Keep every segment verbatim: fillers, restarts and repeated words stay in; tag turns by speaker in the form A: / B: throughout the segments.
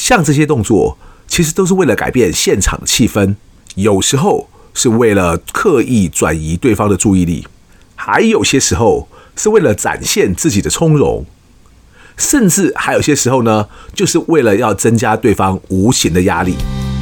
A: 像这些动作，其实都是为了改变现场的气氛，有时候是为了刻意转移对方的注意力，还有些时候是为了展现自己的从容，甚至还有些时候呢，就是为了要增加对方无形的压力。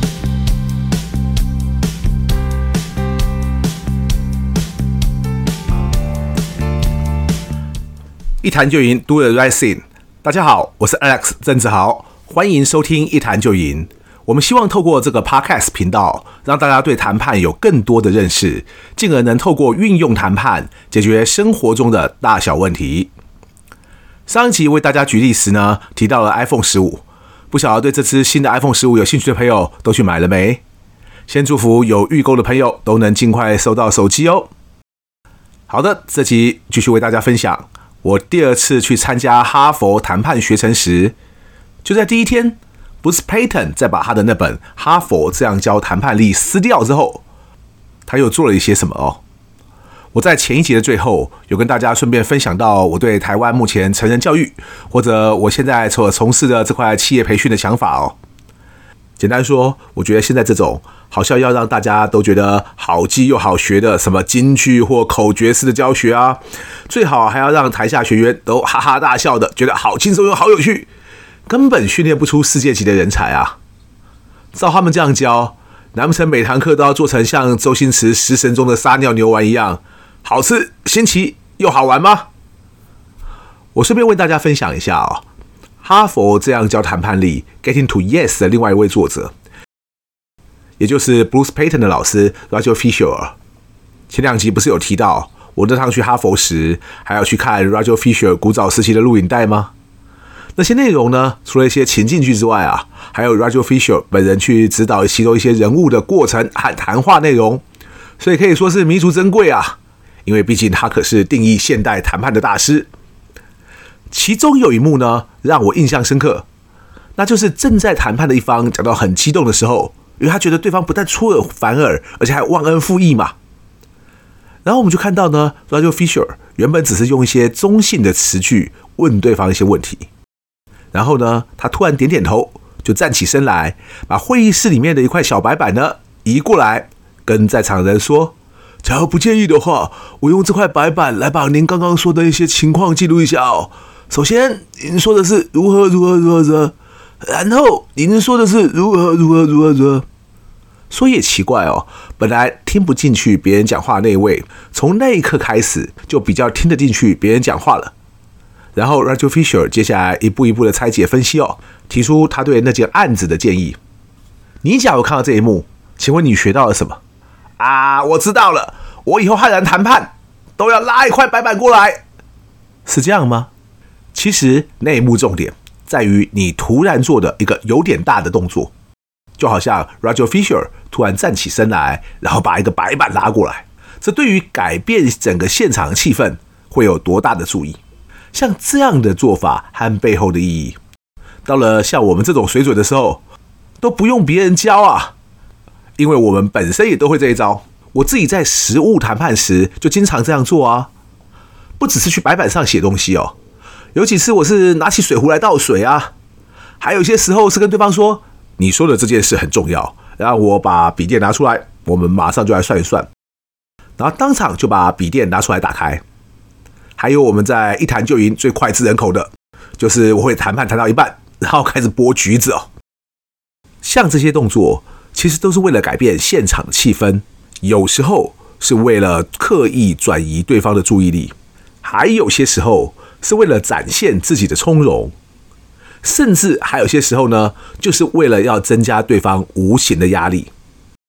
A: 一谈就赢 ，Do the right thing。大家好，我是 Alex 郑志豪，欢迎收听一谈就赢。我们希望透过这个 Podcast 频道，让大家对谈判有更多的认识，进而能透过运用谈判解决生活中的大小问题。上一集为大家举例时呢，提到了 iPhone 十五，不晓得对这支新的 iPhone 十五有兴趣的朋友都去买了没？先祝福有预购的朋友都能尽快收到手机哦。好的，这集继续为大家分享。我第二次去参加哈佛谈判学程时，就在第一天 Bruce Payton 在把他的那本《哈佛这样教谈判力》撕掉之后，他又做了一些什么哦？我在前一集的最后有跟大家顺便分享到我对台湾目前成人教育或者我现在所从事的这块企业培训的想法哦。简单说，我觉得现在这种好像要让大家都觉得好记又好学的什么金句或口诀式的教学啊，最好还要让台下学员都哈哈大笑的，觉得好轻松又好有趣，根本训练不出世界级的人才啊！照他们这样教，难不成每堂课都要做成像周星驰《食神》中的撒尿牛丸一样，好吃、新奇又好玩吗？我顺便为大家分享一下哦。哈佛这样教谈判力 Getting to Yes 的另外一位作者，也就是 Bruce Payton 的老师 Roger Fisher。 前两集不是有提到我那趟去哈佛时还要去看 Roger Fisher 古早时期的录影带吗？那些内容呢，除了一些情境剧之外啊，还有 Roger Fisher 本人去指导其中一些人物的过程和谈话内容，所以可以说是弥足珍贵啊，因为毕竟他可是定义现代谈判的大师。其中有一幕呢，让我印象深刻，那就是正在谈判的一方讲到很激动的时候，因为他觉得对方不但出尔反尔，而且还忘恩负义嘛。然后我们就看到呢 Roger Fisher 原本只是用一些中性的词句问对方一些问题，然后呢，他突然点点头，就站起身来，把会议室里面的一块小白板呢移过来，跟在场的人说：假如不介意的话，我用这块白板来把您刚刚说的一些情况记录一下哦。首先，您说的是如何如何如何如何，然后您说的是如何如何如何如何。说也奇怪哦，本来听不进去别人讲话那位，从那一刻开始就比较听得进去别人讲话了。然后 Roger Fisher 接下来一步一步的拆解分析哦，提出他对那件案子的建议。你假如看到这一幕，请问你学到了什么？啊，我知道了，我以后和人谈判都要拉一块白板过来，是这样吗？其实那一幕重点在于你突然做的一个有点大的动作，就好像 Roger Fisher 突然站起身来，然后把一个白板拉过来，这对于改变整个现场的气氛会有多大的注意？像这样的做法和背后的意义，到了像我们这种水准的时候，都不用别人教啊，因为我们本身也都会这一招。我自己在实务谈判时就经常这样做啊，不只是去白板上写东西哦，尤其是我是拿起水壶来倒水啊，还有些时候是跟对方说，你说的这件事很重要，让我把笔电拿出来，我们马上就来算一算，然后当场就把笔电拿出来打开。还有我们在一谈就赢最脍炙人口的，就是我会谈判谈到一半，然后开始剥橘子哦。像这些动作其实都是为了改变现场的气氛，有时候是为了刻意转移对方的注意力，还有些时候是为了展现自己的从容，甚至还有些时候呢，就是为了要增加对方无形的压力。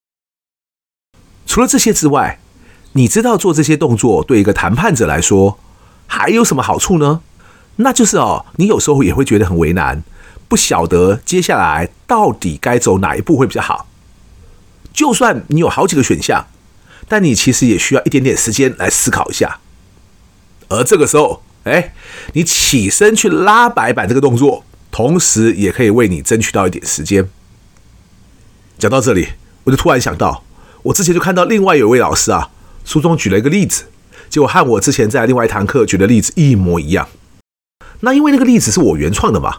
A: 除了这些之外，你知道做这些动作对一个谈判者来说还有什么好处呢？那就是哦，你有时候也会觉得很为难，不晓得接下来到底该走哪一步会比较好。就算你有好几个选项，但你其实也需要一点点时间来思考一下。而这个时候，哎，你起身去拉白板这个动作，同时也可以为你争取到一点时间。讲到这里，我就突然想到，我之前就看到另外有一位老师啊，书中举了一个例子，结果和我之前在另外一堂课举的例子一模一样。那因为那个例子是我原创的嘛，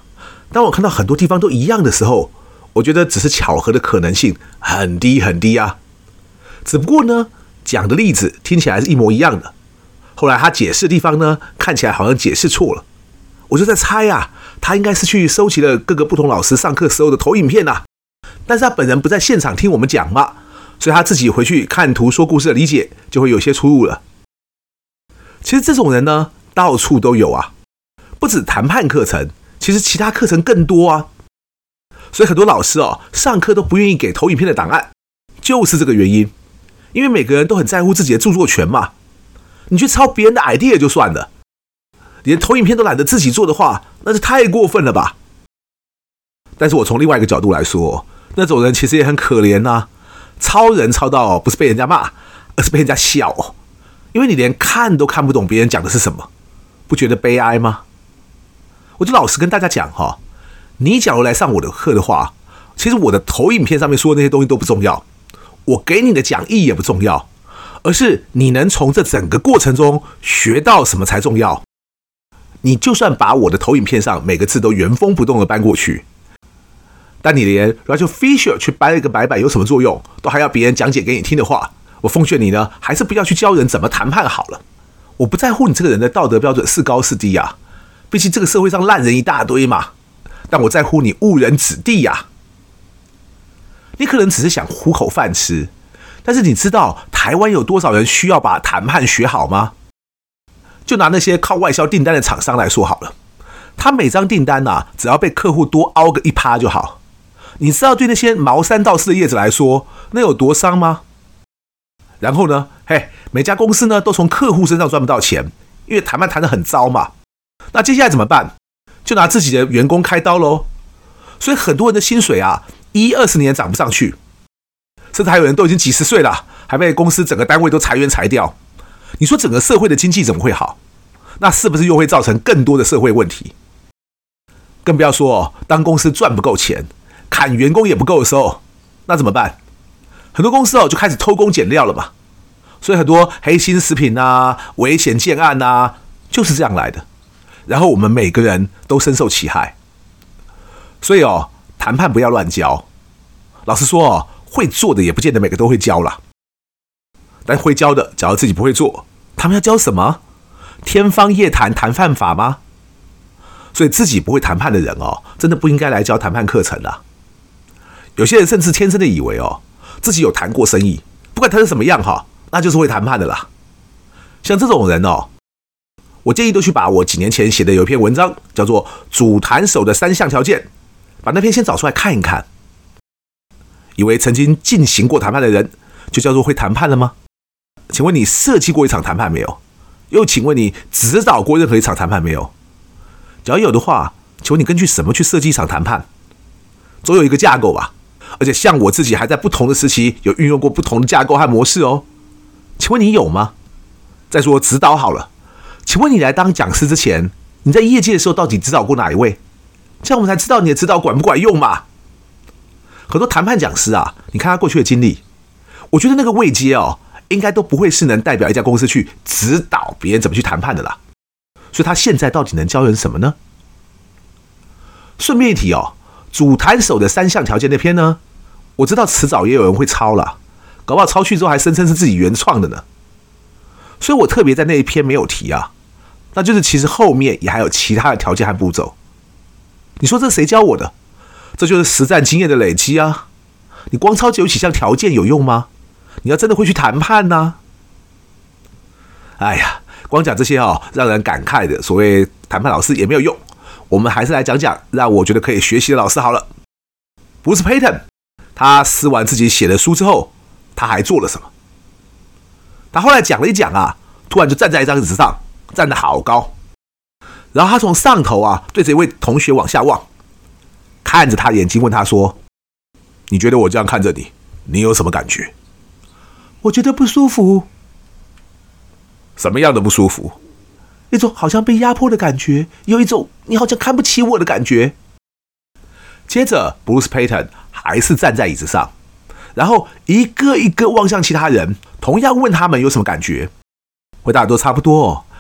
A: 当我看到很多地方都一样的时候，我觉得只是巧合的可能性很低很低啊。只不过呢，讲的例子听起来是一模一样的，后来他解释的地方呢，看起来好像解释错了。我就在猜啊，他应该是去收集了各个不同老师上课时候的投影片啊，但是他本人不在现场听我们讲嘛，所以他自己回去看图说故事的理解就会有些出入了。其实这种人呢，到处都有啊，不止谈判课程，其实其他课程更多啊。所以很多老师哦，上课都不愿意给投影片的档案，就是这个原因。因为每个人都很在乎自己的著作权嘛，你去抄别人的 idea 就算了，连投影片都懒得自己做的话，那是太过分了吧。但是我从另外一个角度来说，那种人其实也很可怜啊，抄人抄到不是被人家骂，而是被人家笑哦，因为你连看都看不懂别人讲的是什么，不觉得悲哀吗？我就老实跟大家讲哈，你假如来上我的课的话，其实我的投影片上面说的那些东西都不重要，我给你的讲义也不重要，而是你能从这整个过程中学到什么才重要。你就算把我的投影片上每个字都原封不动的搬过去，但你连 Roger Fisher 去搬一个白板有什么作用，都还要别人讲解给你听的话，我奉劝你呢，还是不要去教人怎么谈判好了。我不在乎你这个人的道德标准是高是低啊，毕竟这个社会上烂人一大堆嘛，但我在乎你误人子弟啊。你可能只是想糊口饭吃，但是你知道台湾有多少人需要把谈判学好吗？就拿那些靠外销订单的厂商来说好了，他每张订单啊，只要被客户多凹个一趴就好。你知道对那些毛三到四的业者来说，那有多伤吗？然后呢，嘿，每家公司呢都从客户身上赚不到钱，因为谈判谈得很糟嘛。那接下来怎么办？就拿自己的员工开刀咯。所以很多人的薪水啊，一二十年涨不上去，甚至还有人都已经几十岁了，还被公司整个单位都裁员裁掉。你说整个社会的经济怎么会好？那是不是又会造成更多的社会问题？更不要说哦，当公司赚不够钱，砍员工也不够的时候，那怎么办？很多公司哦就开始偷工减料了嘛。所以很多黑心食品啊、危险建案啊，就是这样来的。然后我们每个人都深受其害。所以哦，谈判不要乱教。老实说哦，会做的也不见得每个都会教啦。但会教的，假如自己不会做，他们要教什么？天方夜谭谈判法吗？所以自己不会谈判的人哦，真的不应该来教谈判课程啦。有些人甚至天生的以为哦，自己有谈过生意，不管谈成什么样哈，那就是会谈判的啦。像这种人哦，我建议都去把我几年前写的有一篇文章，叫做《主谈手的三项条件》，把那篇先找出来看一看。以为曾经进行过谈判的人，就叫做会谈判了吗？请问你设计过一场谈判没有？又请问你指导过任何一场谈判没有？只要有的话，请问你根据什么去设计一场谈判？总有一个架构吧。而且像我自己还在不同的时期有运用过不同的架构和模式哦。请问你有吗？再说指导好了，请问你来当讲师之前，你在业界的时候到底指导过哪一位？这样我们才知道你的指导管不管用嘛。很多谈判讲师啊，你看他过去的经历，我觉得那个位阶哦，应该都不会是能代表一家公司去指导别人怎么去谈判的啦。所以他现在到底能教人什么呢？顺便一提哦，主谈手的三项条件那篇呢，我知道迟早也有人会抄啦，搞不好抄去之后还声称是自己原创的呢。所以我特别在那一篇没有提啊，那就是其实后面也还有其他的条件和步骤。你说这谁教我的？这就是实战经验的累积啊！你光抄有几项条件有用吗？你要真的会去谈判呢、啊？哎呀，光讲这些哦，让人感慨的所谓谈判老师也没有用。我们还是来讲讲让我觉得可以学习的老师好了。Bruce Payton， 他撕完自己写的书之后，他还做了什么？他后来讲了一讲啊，突然就站在一张椅子上，站得好高。然后他从上头啊，对着一位同学往下望，看着他眼睛问他说：“你觉得我这样看着你，你有什么感觉？”我觉得不舒服。什么样的不舒服？一种好像被压迫的感觉，有一种你好像看不起我的感觉。接着 Bruce Payton 还是站在椅子上，然后一个一个望向其他人，同样问他们有什么感觉。回答都差不多，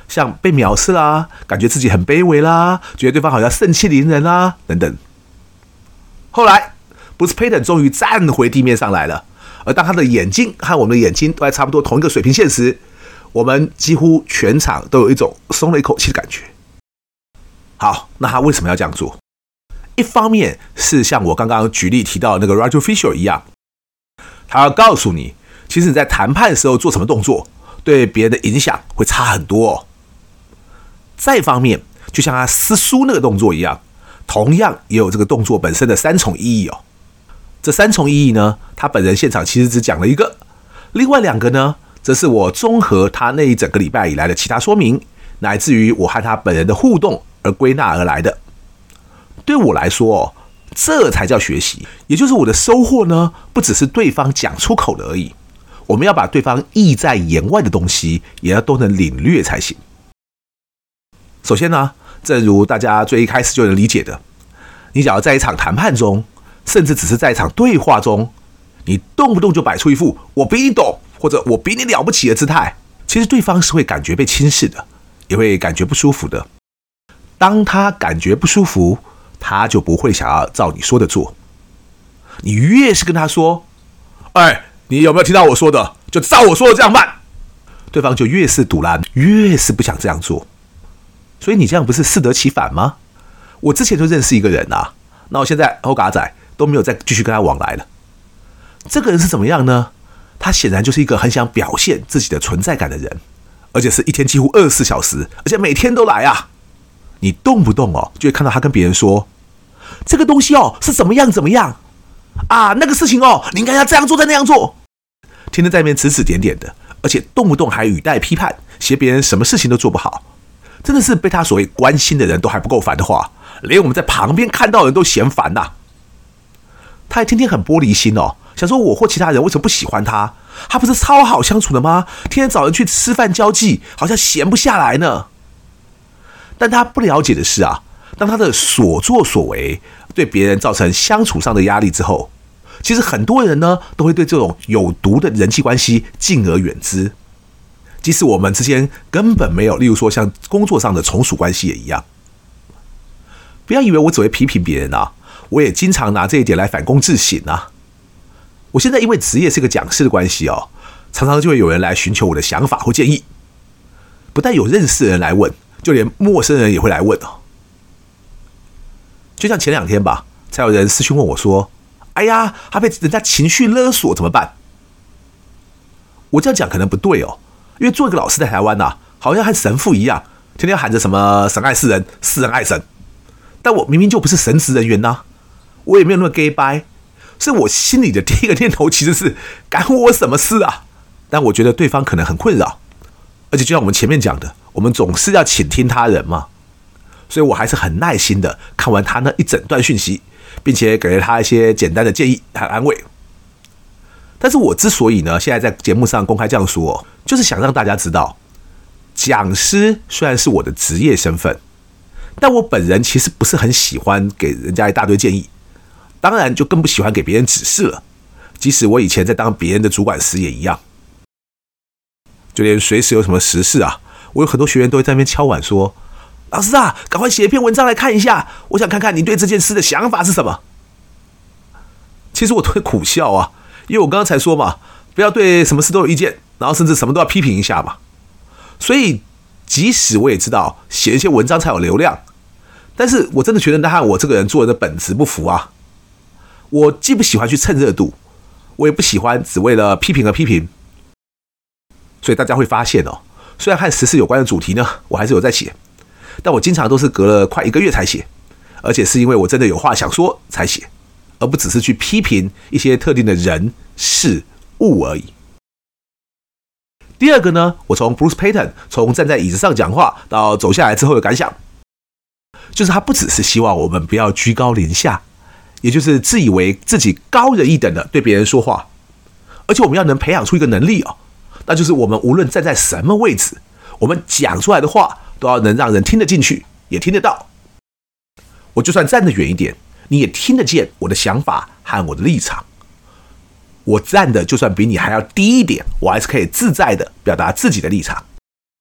A: 像被藐视啦，感觉自己很卑微啦，觉得对方好像盛气凌人啦，等等。后来 Bruce Payton 终于站回地面上来了，而当他的眼睛和我们的眼睛都在差不多同一个水平线时，我们几乎全场都有一种松了一口气的感觉。好，那他为什么要这样做？一方面是像我刚刚举例提到的那个 Roger Fisher 一样，他要告诉你，其实你在谈判的时候做什么动作，对别人的影响会差很多哦。再一方面，就像他撕书那个动作一样，同样也有这个动作本身的三重意义哦。这三重意义呢，他本人现场其实只讲了一个，另外两个呢，则是我综合他那一整个礼拜以来的其他说明，乃至于我和他本人的互动而归纳而来的。对我来说哦，这才叫学习，也就是我的收获呢，不只是对方讲出口的而已，我们要把对方意在言外的东西，也要都能领略才行。首先呢，正如大家最一开始就能理解的，你只要在一场谈判中，甚至只是在一场对话中，你动不动就摆出一副我比你懂或者我比你了不起的姿态，其实对方是会感觉被轻视的，也会感觉不舒服的。当他感觉不舒服，他就不会想要照你说的做。你越是跟他说，哎，你有没有听到我说的？就照我说的这样办，对方就越是堵拦，越是不想这样做。所以你这样不是适得其反吗？我之前就认识一个人啊，那我现在欧嘎仔都没有再继续跟他往来了。这个人是怎么样呢？他显然就是一个很想表现自己的存在感的人，而且是一天几乎二十四小时，而且每天都来啊。你动不动哦，就会看到他跟别人说，这个东西哦是怎么样怎么样啊，那个事情哦你应该要这样做再那样做，天天在那边指指点点的，而且动不动还语带批判，嫌别人什么事情都做不好。真的是被他所谓关心的人都还不够烦的话，连我们在旁边看到的人都嫌烦呐、啊。他还天天很玻璃心哦，想说我或其他人为什么不喜欢他？他不是超好相处的吗？天天找人去吃饭交际，好像闲不下来呢。但他不了解的是啊，当他的所作所为对别人造成相处上的压力之后，其实很多人呢都会对这种有毒的人际关系敬而远之。即使我们之间根本没有，例如说像工作上的从属关系也一样。不要以为我只会批评别人啊，我也经常拿这一点来反躬自省啊。我现在因为职业是个讲师的关系哦，常常就会有人来寻求我的想法或建议。不但有认识的人来问，就连陌生人也会来问哦。就像前两天吧，才有人私讯问我说：“哎呀，他被人家情绪勒索怎么办？”我这样讲可能不对哦。因为做一个老师在台湾啊，好像和神父一样，天天喊着什么神爱世人，世人爱神。但我明明就不是神职人员呐、啊，我也没有那么 gay 掰，所以我心里的第一个念头其实是干我什么事啊？但我觉得对方可能很困扰，而且就像我们前面讲的，我们总是要倾听他人嘛，所以我还是很耐心的看完他那一整段讯息，并且给了他一些简单的建议和安慰。但是我之所以呢，现在在节目上公开这样说，就是想让大家知道，讲师虽然是我的职业身份，但我本人其实不是很喜欢给人家一大堆建议，当然就更不喜欢给别人指示了。即使我以前在当别人的主管时也一样，就连随时有什么时事啊，我有很多学员都会在那边敲碗说：“老师啊，赶快写一篇文章来看一下，我想看看你对这件事的想法是什么。”其实我都会苦笑啊。因为我刚刚才说嘛，不要对什么事都有意见，然后甚至什么都要批评一下嘛。所以，即使我也知道写一些文章才有流量，但是我真的觉得那和我这个人做人的本质不符啊。我既不喜欢去蹭热度，我也不喜欢只为了批评而批评。所以大家会发现哦，虽然和时事有关的主题呢，我还是有在写，但我经常都是隔了快一个月才写，而且是因为我真的有话想说才写。而不只是去批评一些特定的人事物而已。第二个呢，我从 Bruce Payton 从站在椅子上讲话到走下来之后的感想，就是他不只是希望我们不要居高临下，也就是自以为自己高人一等的对别人说话，而且我们要能培养出一个能力哦，那就是我们无论站在什么位置，我们讲出来的话都要能让人听得进去，也听得到。我就算站得远一点，你也听得见我的想法和我的立场。我站的就算比你还要低一点，我还是可以自在的表达自己的立场。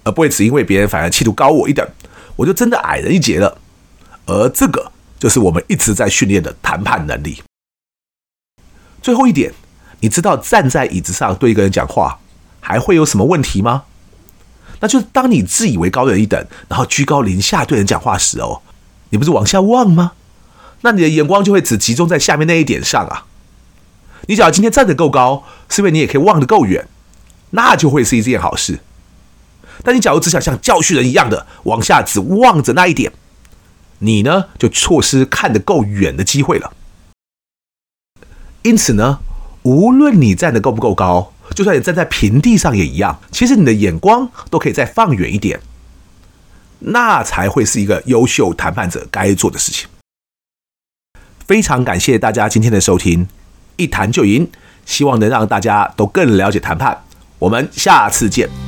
A: 而不会只因为别人反而企图高我一等，我就真的矮人一截了。而这个就是我们一直在训练的谈判能力。最后一点，你知道站在椅子上对一个人讲话还会有什么问题吗？那就是当你自以为高人一等，然后居高临下对人讲话时哦，你不是往下望吗？那你的眼光就会只集中在下面那一点上啊。你只要今天站得够高，是因为你也可以望得够远，那就会是一件好事。但你假如只想像教训人一样的往下只望着那一点，你呢就错失看得够远的机会了。因此呢，无论你站得够不够高，就算你站在平地上也一样，其实你的眼光都可以再放远一点，那才会是一个优秀谈判者该做的事情。非常感谢大家今天的收听，一谈就赢，希望能让大家都更了解谈判。我们下次见。